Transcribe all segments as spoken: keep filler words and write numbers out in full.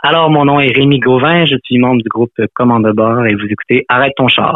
Alors, mon nom est Rémi Gauvin, je suis membre du groupe Commande de bord et vous écoutez Arrête ton char.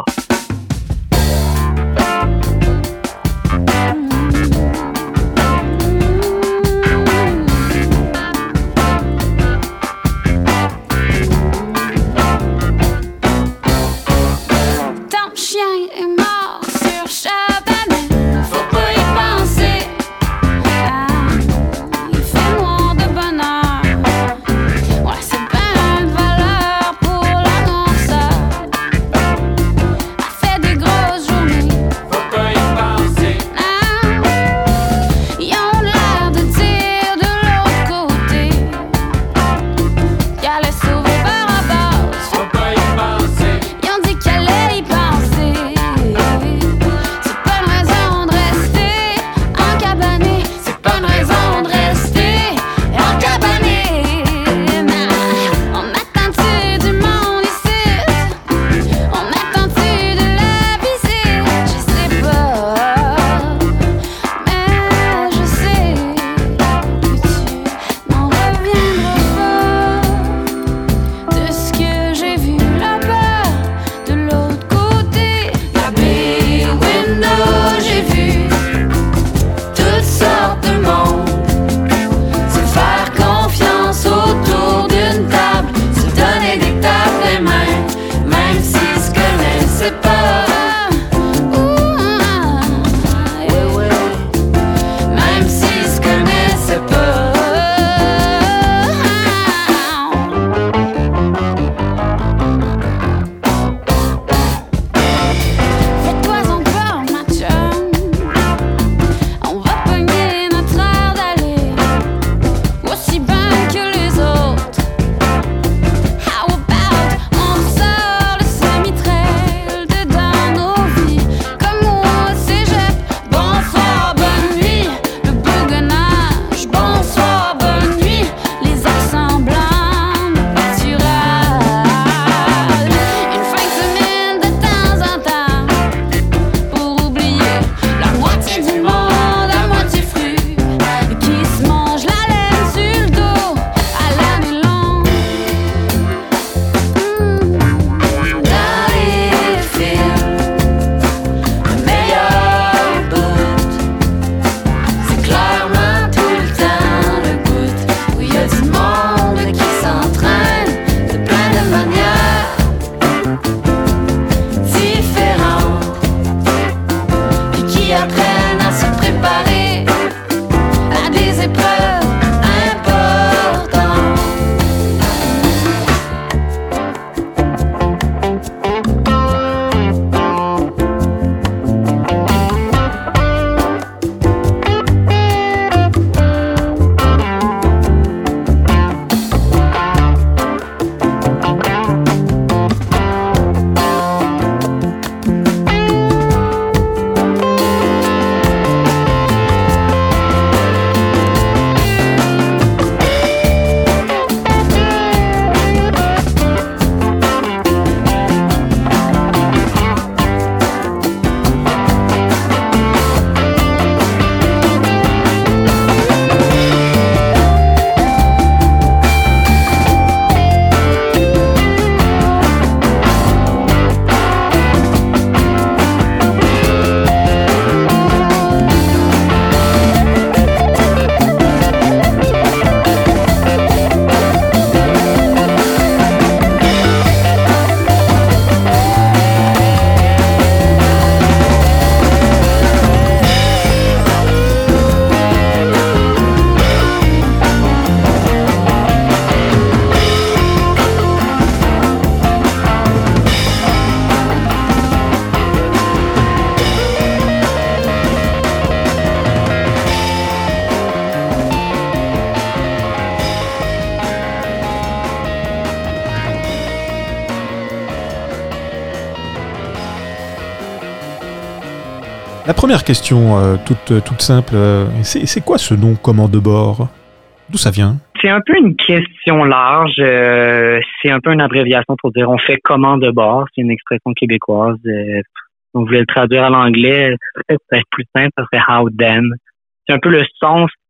La première question, euh, toute, toute simple, euh, c'est, c'est quoi ce nom commande de bord? D'où ça vient? C'est un peu une question large. Euh, c'est un peu une abréviation pour dire on fait commande de bord. C'est une expression québécoise. Euh, on voulait le traduire à l'anglais. Peut-être être plus simple, ça serait how then. C'est un peu le sens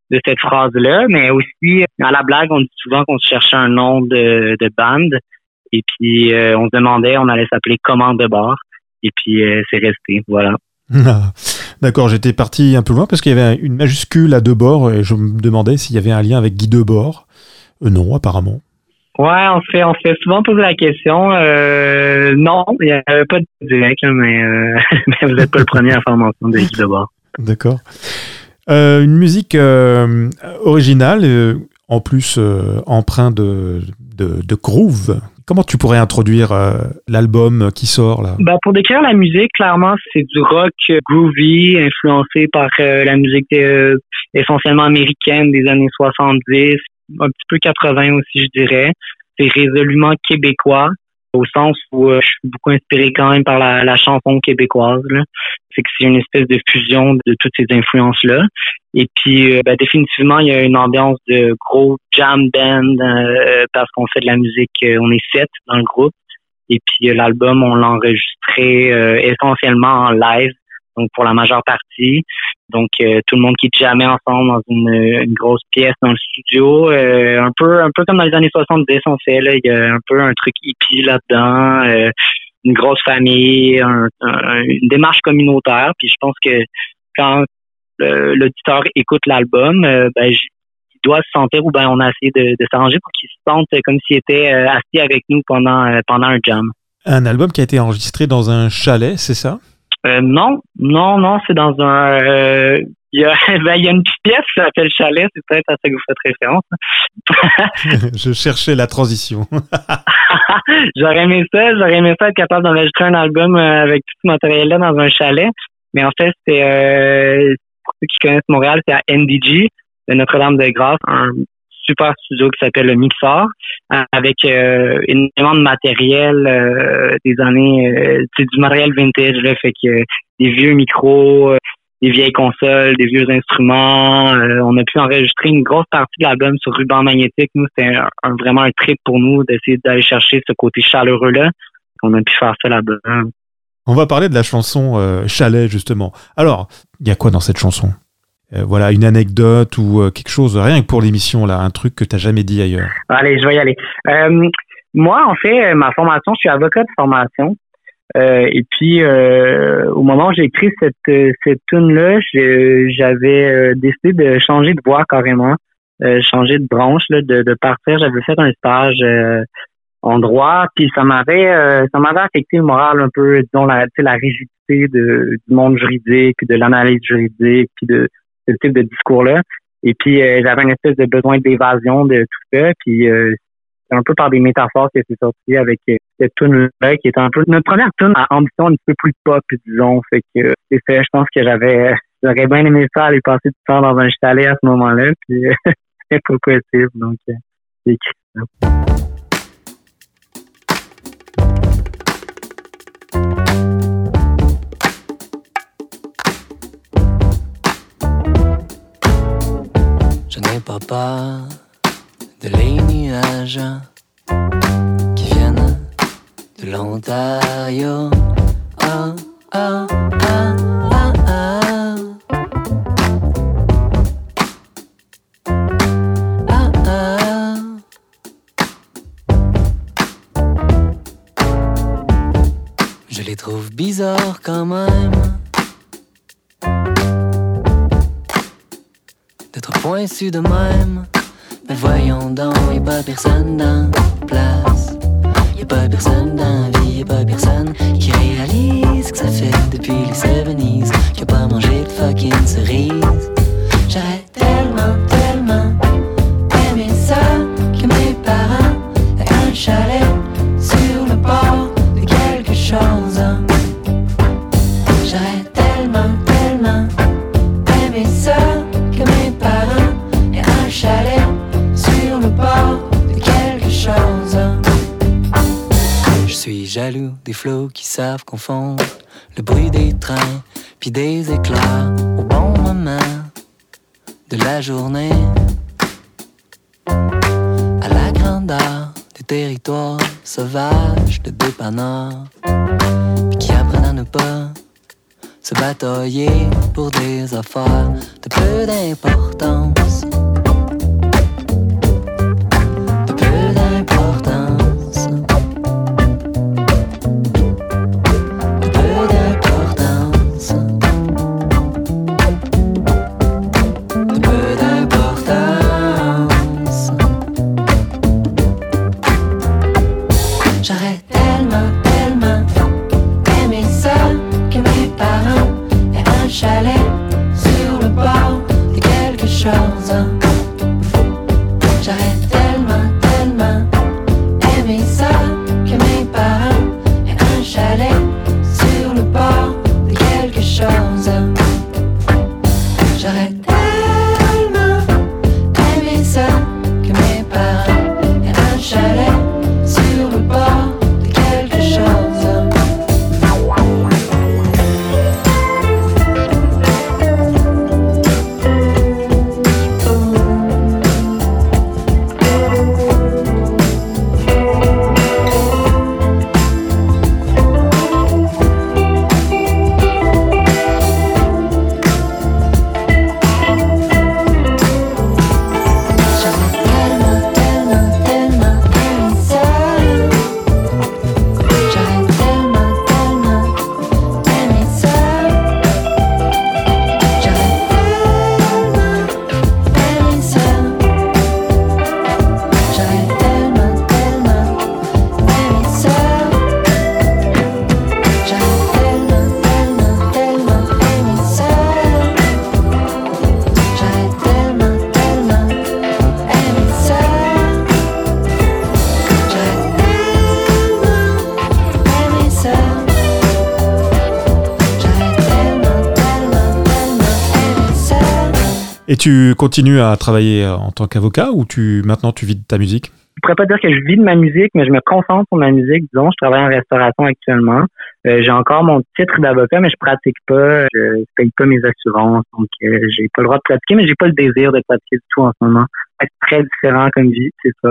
de cette phrase-là, mais aussi, à la blague, on dit souvent qu'on se cherchait un nom de, de band, et puis euh, on se demandait, on allait s'appeler Commande de bord, et puis euh, c'est resté, voilà. Ah, d'accord, j'étais parti un peu loin parce qu'il y avait une majuscule à deux bords, et je me demandais s'il y avait un lien avec Guy Debord. Euh, non, apparemment. Ouais, on se fait, on se fait souvent poser la question. Euh, non, il n'y avait pas de direct, mais, euh, mais vous n'êtes pas le premier à faire mention de Guy Debord. D'accord. Euh, une musique euh, originale, euh, en plus euh, empreinte de, de, de groove. Comment tu pourrais introduire euh, l'album qui sort là? Ben, pour décrire la musique, clairement, c'est du rock groovy, influencé par euh, la musique euh, essentiellement américaine des années soixante-dix, un petit peu quatre-vingts aussi, je dirais. C'est résolument québécois, au sens où euh, je suis beaucoup inspiré quand même par la, la chanson québécoise, là. C'est que c'est une espèce de fusion de toutes ces influences-là. Et puis, euh, ben, définitivement, il y a une ambiance de gros jam band euh, parce qu'on fait de la musique, euh, on est sept dans le groupe. Et puis, euh, l'album, on l'a enregistré euh, essentiellement en live, donc pour la majeure partie. Donc, euh, tout le monde qui jammait ensemble dans une, une grosse pièce dans le studio. Euh, un peu un peu comme dans les années soixante-dix, on fait, là. Il y a un peu un truc hippie là-dedans. Euh, une grosse famille, un, un, une démarche communautaire. Puis je pense que quand euh, l'auditeur écoute l'album, euh, ben, j- il doit se sentir, ou ben on a essayé de, de s'arranger pour qu'il se sente comme s'il était euh, assis avec nous pendant euh, pendant un jam. Un album qui a été enregistré dans un chalet, c'est ça? Euh, non, non, non, c'est dans un... Euh, il y a, ben, il y a une pièce qui s'appelle Chalet, c'est peut-être à ça que vous faites référence. Je cherchais la transition. J'aurais aimé ça, j'aurais aimé ça être capable d'enregistrer un album euh, avec tout ce matériel-là dans un chalet. Mais en fait, c'est, euh, pour ceux qui connaissent Montréal, c'est à N D G, de Notre-Dame-de-Grâce, un super studio qui s'appelle le Mixor, avec euh, énormément de matériel euh, des années, euh, c'est du matériel vintage, là, fait que euh, des vieux micros, euh, des vieilles consoles, des vieux instruments. Euh, on a pu enregistrer une grosse partie de l'album sur ruban magnétique. Nous, c'était un, un, vraiment un trip pour nous d'essayer d'aller chercher ce côté chaleureux-là. On a pu faire ça là-bas. On va parler de la chanson euh, Chalet, justement. Alors, il y a quoi dans cette chanson? Euh, voilà, une anecdote ou euh, quelque chose, rien que pour l'émission, là, un truc que tu n'as jamais dit ailleurs. Allez, je vais y aller. Euh, moi, en fait, ma formation, je suis avocat de formation. Euh, et puis, euh, au moment où j'ai écrit cette cette tune-là, j'avais euh, décidé de changer de voie carrément, euh, changer de branche, là, de, de partir. J'avais fait un stage euh, en droit, puis ça m'avait euh, ça m'avait affecté le moral un peu, disons, la, la rigidité de, du monde juridique, de l'analyse juridique, puis de ce type de discours-là. Et puis, euh, j'avais une espèce de besoin d'évasion de tout ça, puis euh, c'est un peu par des métaphores que c'est sorti avec cette tune-là, qui est un peu notre première tune à ambition un petit peu plus pop, disons. Fait que c'est fait, je pense que j'avais j'aurais bien aimé ça, aller passer du temps dans un chalet à ce moment-là, puis c'est pas possible, donc euh, j'ai écrit ça. Je n'ai pas peur de les nuages qui viennent de l'Ontario. Oh, oh, oh, oh, oh. Oh, oh. Je les trouve bizarres quand même d'être pointus de même. Mais voyons donc, y'a pas personne dans la place. Y'a pas personne dans la vie, y'a pas personne qui réalise que ça fait depuis les soixante-dix qu'il a pas mangé de fucking cerises. J'aurais tellement, tellement aimé ça que mes parents aient un chalet sur le bord de quelque chose. J'aurais tellement, tellement aimé ça que mes parents aient un chalet sur le bord de quelque chose. Je suis jaloux des flots qui savent confondre le bruit des trains puis des éclairs au bon moment de la journée, à la grandeur des territoires sauvages de dépanneurs, puis qui apprennent à ne pas se batailler pour des affaires de peu d'importance. De peu d'importance. De peu d'importance. De peu d'importance. J'aurais tellement, tellement aimé ça que mes parents aient un chalet sur le bord de quelque chose. J'aurais tellement, tellement aimé ça que mes parents aient un chalet sur le bord de quelque chose. J'aurais tellement aimé ça que mes parents aient un chalet sur le bord de quelque chose. Et tu continues à travailler en tant qu'avocat ou tu maintenant tu vis de ta musique? Je pourrais pas dire que je vis de ma musique, mais je me concentre sur ma musique. Disons, je travaille en restauration actuellement. Euh, j'ai encore mon titre d'avocat, mais je pratique pas. Je paye pas mes assurances, donc euh, j'ai pas le droit de pratiquer, mais j'ai pas le désir de pratiquer du tout en ce moment. C'est très différent comme vie, c'est ça.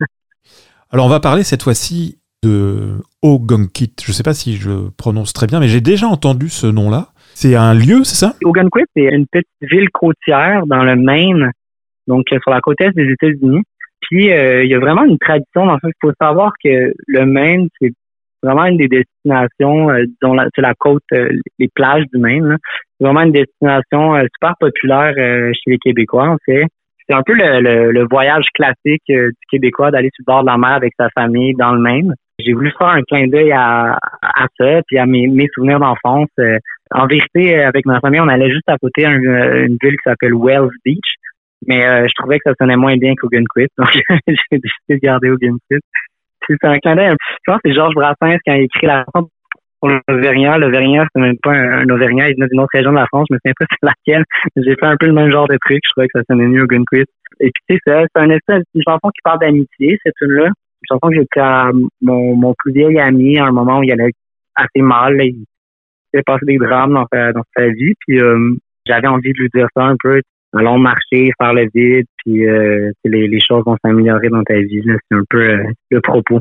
Alors on va parler cette fois-ci de Ogunquit. Je sais pas si je prononce très bien, mais j'ai déjà entendu ce nom-là. C'est un lieu, c'est ça? Ogunquit, c'est une petite ville côtière dans le Maine, donc sur la côte est des États-Unis. Puis, euh, il y a vraiment une tradition. En fait, il faut savoir que le Maine, c'est vraiment une des destinations, euh, disons, la, c'est la côte, euh, les plages du Maine. Là. C'est vraiment une destination euh, super populaire euh, chez les Québécois, en fait. C'est un peu le, le, le voyage classique euh, du Québécois d'aller sur le bord de la mer avec sa famille dans le Maine. J'ai voulu faire un clin d'œil à, à ça, puis à mes, mes souvenirs d'enfance. Euh, en vérité, avec ma famille, on allait juste à côté d'une une ville qui s'appelle Wells Beach. Mais euh, je trouvais que ça sonnait moins bien qu'Ogunquit, donc j'ai décidé de garder Ogunquit. C'est un clin d'œil. Je pense que c'est Georges Brassens qui a écrit la chanson pour l'Auvergnat. L'Auvergnat, c'est même pas un, un Auvergnat, il venait d'une autre région de la France, je me souviens pas c'est laquelle. J'ai fait un peu le même genre de truc, je trouvais que ça sonnait mieux Ogunquit. Et puis c'est ça, c'est un espèce, une chanson qui parle d'amitié, cette tune-là. Une chanson que j'ai écrite à mon, mon plus vieil ami à un moment où il allait assez mal. Là, il s'est passé des drames dans sa, dans sa vie, puis euh, j'avais envie de lui dire ça un peu. Allons marcher, faire le vide, puis euh, les, les choses vont s'améliorer dans ta vie. Là. C'est un peu euh, le propos.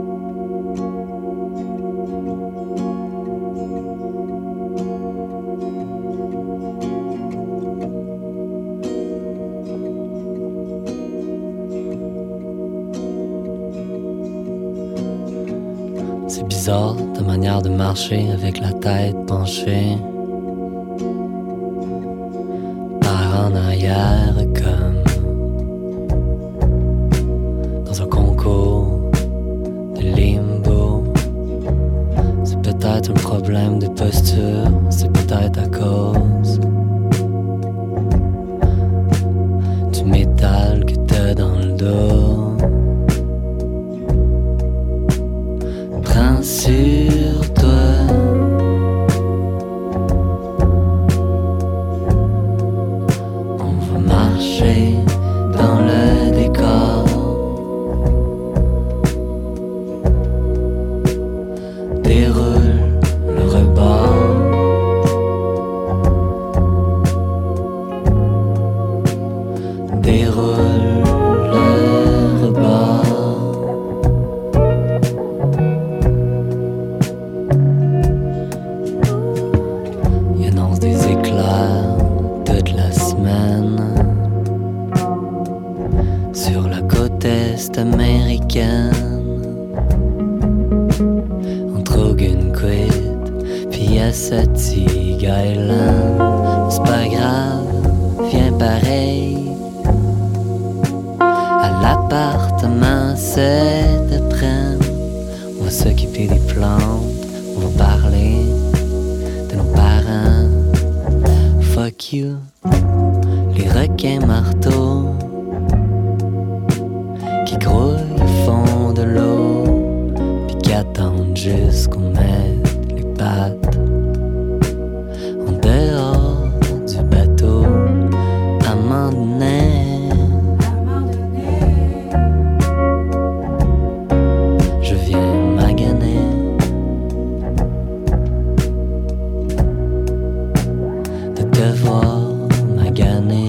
C'est bizarre ta manière de marcher avec la tête penchée en arrière comme dans un concours de limbo. C'est peut-être un problème de posture, c'est peut-être à cause du métal que t'as dans le dos. Prends sur toi. Dans le décor, déroule le rebord, déroule le Manhattan, entre Ogunquit puis Assateague Island. C'est pas grave, viens pareil à l'appartement cet après-midi. On va s'occuper des plantes, on va parler de nos parents. Fuck you, les requins marteaux qui grouillent au fond de l'eau, puis qui attendent juste qu'on mette les pattes en dehors du bateau. À un moment donné, je viens maganer de te voir maganer.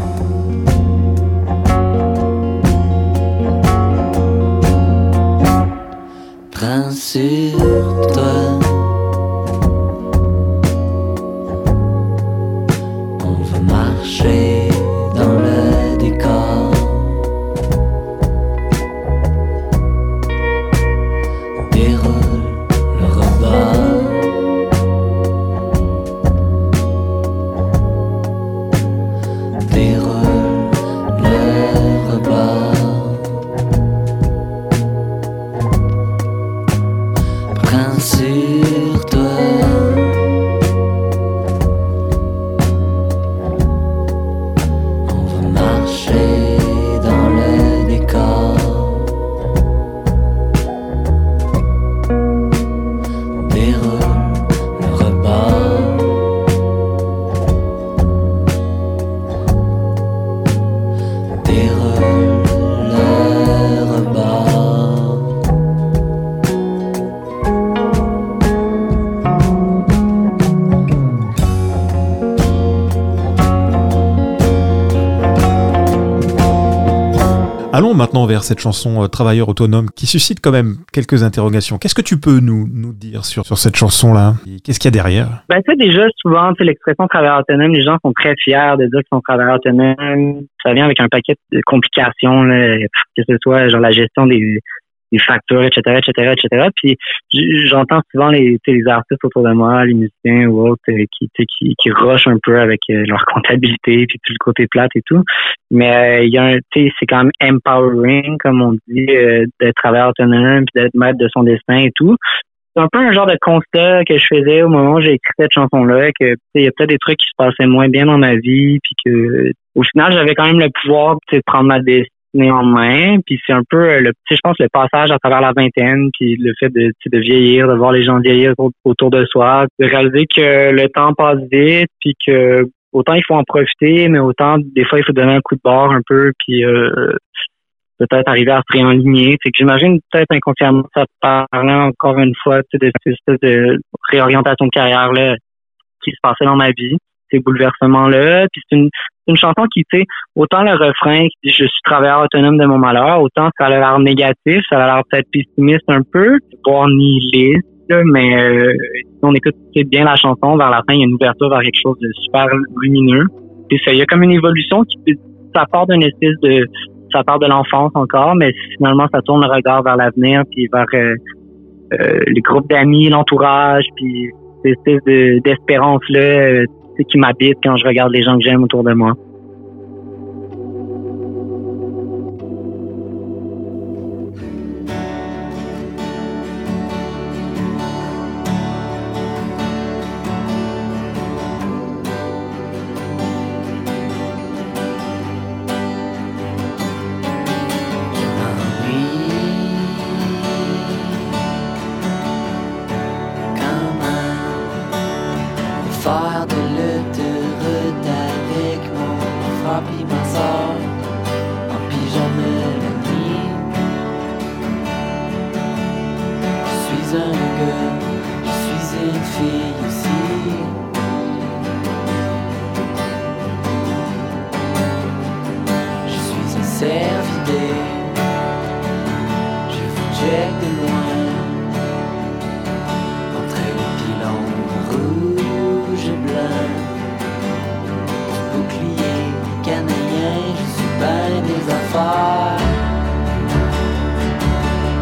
Prends sur toi, on va marcher dans le décor. Déroule le rebord, déroule le rebord. Prends sur toi, on va marcher dans le décor. Déroule le rebord, déroule le rebord. Allons maintenant vers cette chanson euh, Travailleur autonome qui suscite quand même quelques interrogations. Qu'est-ce que tu peux nous, nous dire sur, sur cette chanson-là? Et qu'est-ce qu'il y a derrière? Ben, tu sais, déjà, souvent, tu sais, l'expression travailleur autonome, les gens sont très fiers de dire qu'ils sont travailleurs autonomes. Ça vient avec un paquet de complications, là, que ce soit genre la gestion des, des factures, et cetera, et cetera, et cetera. Puis j'entends souvent les, tu sais, les artistes autour de moi, les musiciens ou autres, euh, qui, tu sais, qui, qui rushent un peu avec euh, leur comptabilité, puis tout le côté plate et tout. Mais il euh, y a un, tu sais, c'est quand même empowering, comme on dit, euh, d'être travailleur autonome, puis d'être maître de son destin et tout. C'est un peu un genre de constat que je faisais au moment où j'ai écrit cette chanson-là, que il y a peut-être des trucs qui se passaient moins bien dans ma vie, puis que au final j'avais quand même le pouvoir de prendre ma destinée en main. Puis c'est un peu le, je pense le passage à travers la vingtaine, puis le fait de, de vieillir, de voir les gens vieillir autour de soi, de réaliser que le temps passe vite, puis que autant il faut en profiter, mais autant des fois il faut donner un coup de barre un peu, puis euh, peut-être arriver à se réaligner. C'est que j'imagine peut-être inconsciemment ça parlait encore une fois de cette espèce de réorientation de carrière là qui se passait dans ma vie, ces bouleversements-là. Puis c'est une, c'est une chanson qui, tu sais, autant le refrain qui dit « Je suis travailleur autonome de mon malheur », autant ça a l'air négatif, ça a l'air peut-être pessimiste un peu, voire nihiliste, là, mais euh, si on écoute bien la chanson, vers la fin, il y a une ouverture vers quelque chose de super lumineux. Puis ça, il y a comme une évolution qui ça part d'une espèce de ça part de l'enfance encore, mais finalement ça tourne le regard vers l'avenir, puis vers euh, euh, les groupes d'amis, l'entourage, puis cette espèce de, d'espérance là euh, qui m'habite quand je regarde les gens que j'aime autour de moi. Faire de l'autoroute avec mon frère pis ma soeur en pyjama la nuit. Je suis un gars, je suis une fille aussi. Je suis un cervidé, je vous check de loin entre les pylônes rouges et blancs. Du bouclier canadien, je suis ben des affaires.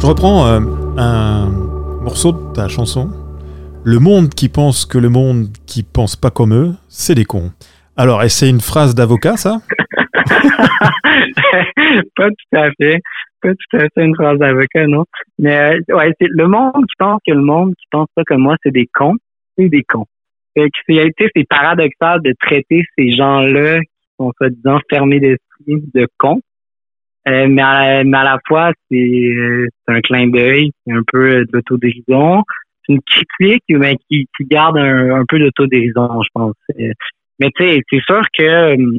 Je reprends euh, un morceau de ta chanson. Le monde qui pense que le monde qui pense pas comme eux, c'est des cons. Alors, est-ce que c'est une phrase d'avocat, ça? Pas tout à fait. Pas tout à fait une phrase d'avocat, non. Mais euh, ouais, c'est le monde qui pense que le monde qui pense pas comme moi, c'est des cons. C'est des cons. Fait que c'est, tu sais, c'est paradoxal de traiter ces gens-là qui sont soi-disant fermés d'esprit de cons. Euh, mais, à, mais à la fois, c'est, euh, c'est un clin d'œil, c'est un peu d'autodérision. C'est une critique mais qui, qui garde un, un peu d'autodérision, je pense. Mais tu sais, c'est sûr que euh,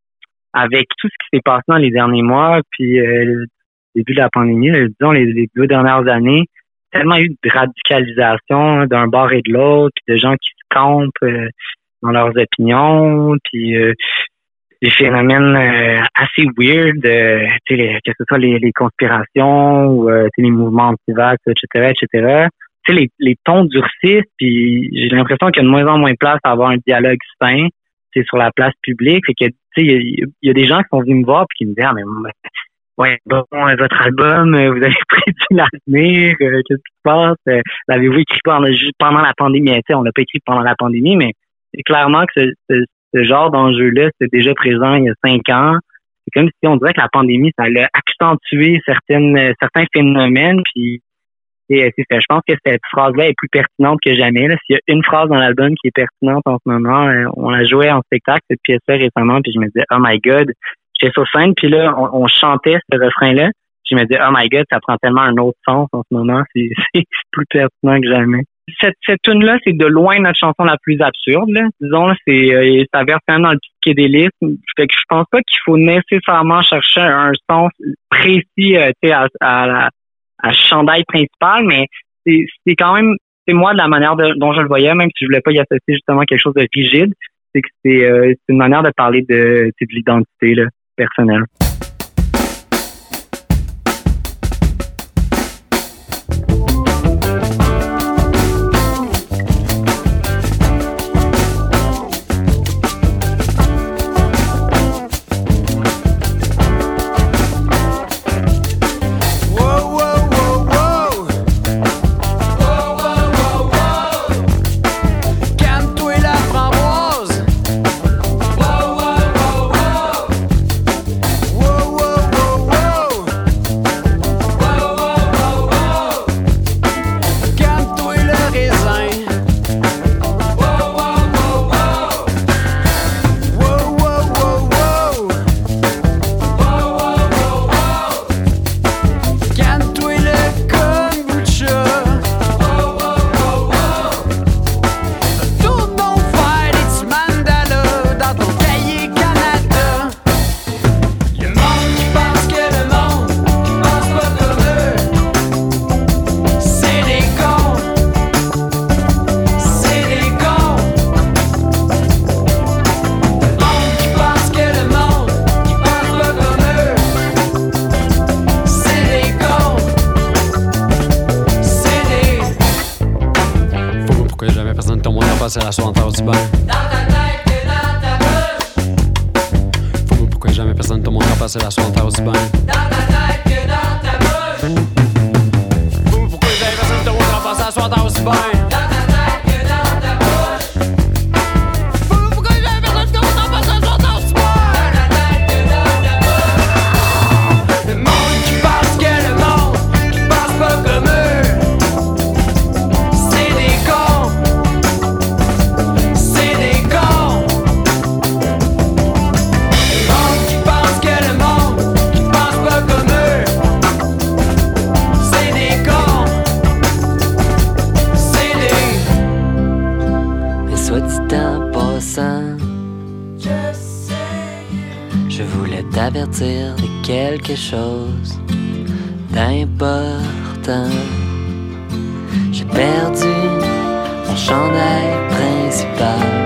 avec tout ce qui s'est passé dans les derniers mois, puis euh, le début de la pandémie, là, disons les, les deux dernières années, tellement eu de radicalisation hein, d'un bord et de l'autre, puis de gens qui se campent euh, dans leurs opinions, puis euh, des phénomènes euh, assez weird, euh, tu sais, que ce soit les, les conspirations ou euh, les mouvements anti-vax, et cetera, et cetera. Tu sais, les, les tons durcissent, puis j'ai l'impression qu'il y a de moins en moins de place à avoir un dialogue sain, c'est sur la place publique. Fait que, tu sais, il y, y a des gens qui sont venus me voir puis qui me disent, ah, mais ouais, bon, votre album, vous avez prédit l'avenir, euh, qu'est-ce qui se passe? Euh, l'avez-vous écrit pendant, juste pendant la pandémie? Tu sais, on l'a pas écrit pendant la pandémie, mais c'est clairement que ce, ce, ce genre d'enjeu-là, c'était déjà présent il y a cinq ans. C'est comme si on dirait que la pandémie, ça a accentué certaines, certains phénomènes, puis et c'est ça. Je pense que cette phrase-là est plus pertinente que jamais. Là. S'il y a une phrase dans l'album qui est pertinente en ce moment, euh, on la jouait en spectacle, cette pièce-là récemment, puis je me disais, oh my God, j'étais sur scène, puis là, on, on chantait ce refrain-là, puis je me disais, oh my God, ça prend tellement un autre sens en ce moment, c'est, c'est plus pertinent que jamais. Cette, cette tune-là, c'est de loin notre chanson la plus absurde, là. Disons, là, c'est, euh, ça verse quand même dans le psychédélisme. Fait que je pense pas qu'il faut nécessairement chercher un sens précis, euh, tu sais, à, à la à chandail principal, mais c'est, c'est quand même, c'est moi de la manière de, dont je le voyais, même si je voulais pas y associer justement quelque chose de rigide, c'est que c'est, euh, c'est une manière de parler de, de l'identité là, personnelle. C'est la soirée en terre du bain. Dans ta tête que dans ta bouche. Faut pourquoi jamais personne te montre passer la soirée en terre du bain. Dans ta tête que dans ta bouche. Faut pourquoi jamais personne te montre passer la soirée en terre du bain. Dans ta tête que dans ta bouche. Faut pourquoi jamais personne te montre passer la soirée en terre du bain. Dans ta tête que dans ta bouche. Le monde qui pense que le monde qui pense pas comme eux. C'est des cons. Je voulais t'avertir de quelque chose d'important. J'ai perdu mon chandail principal.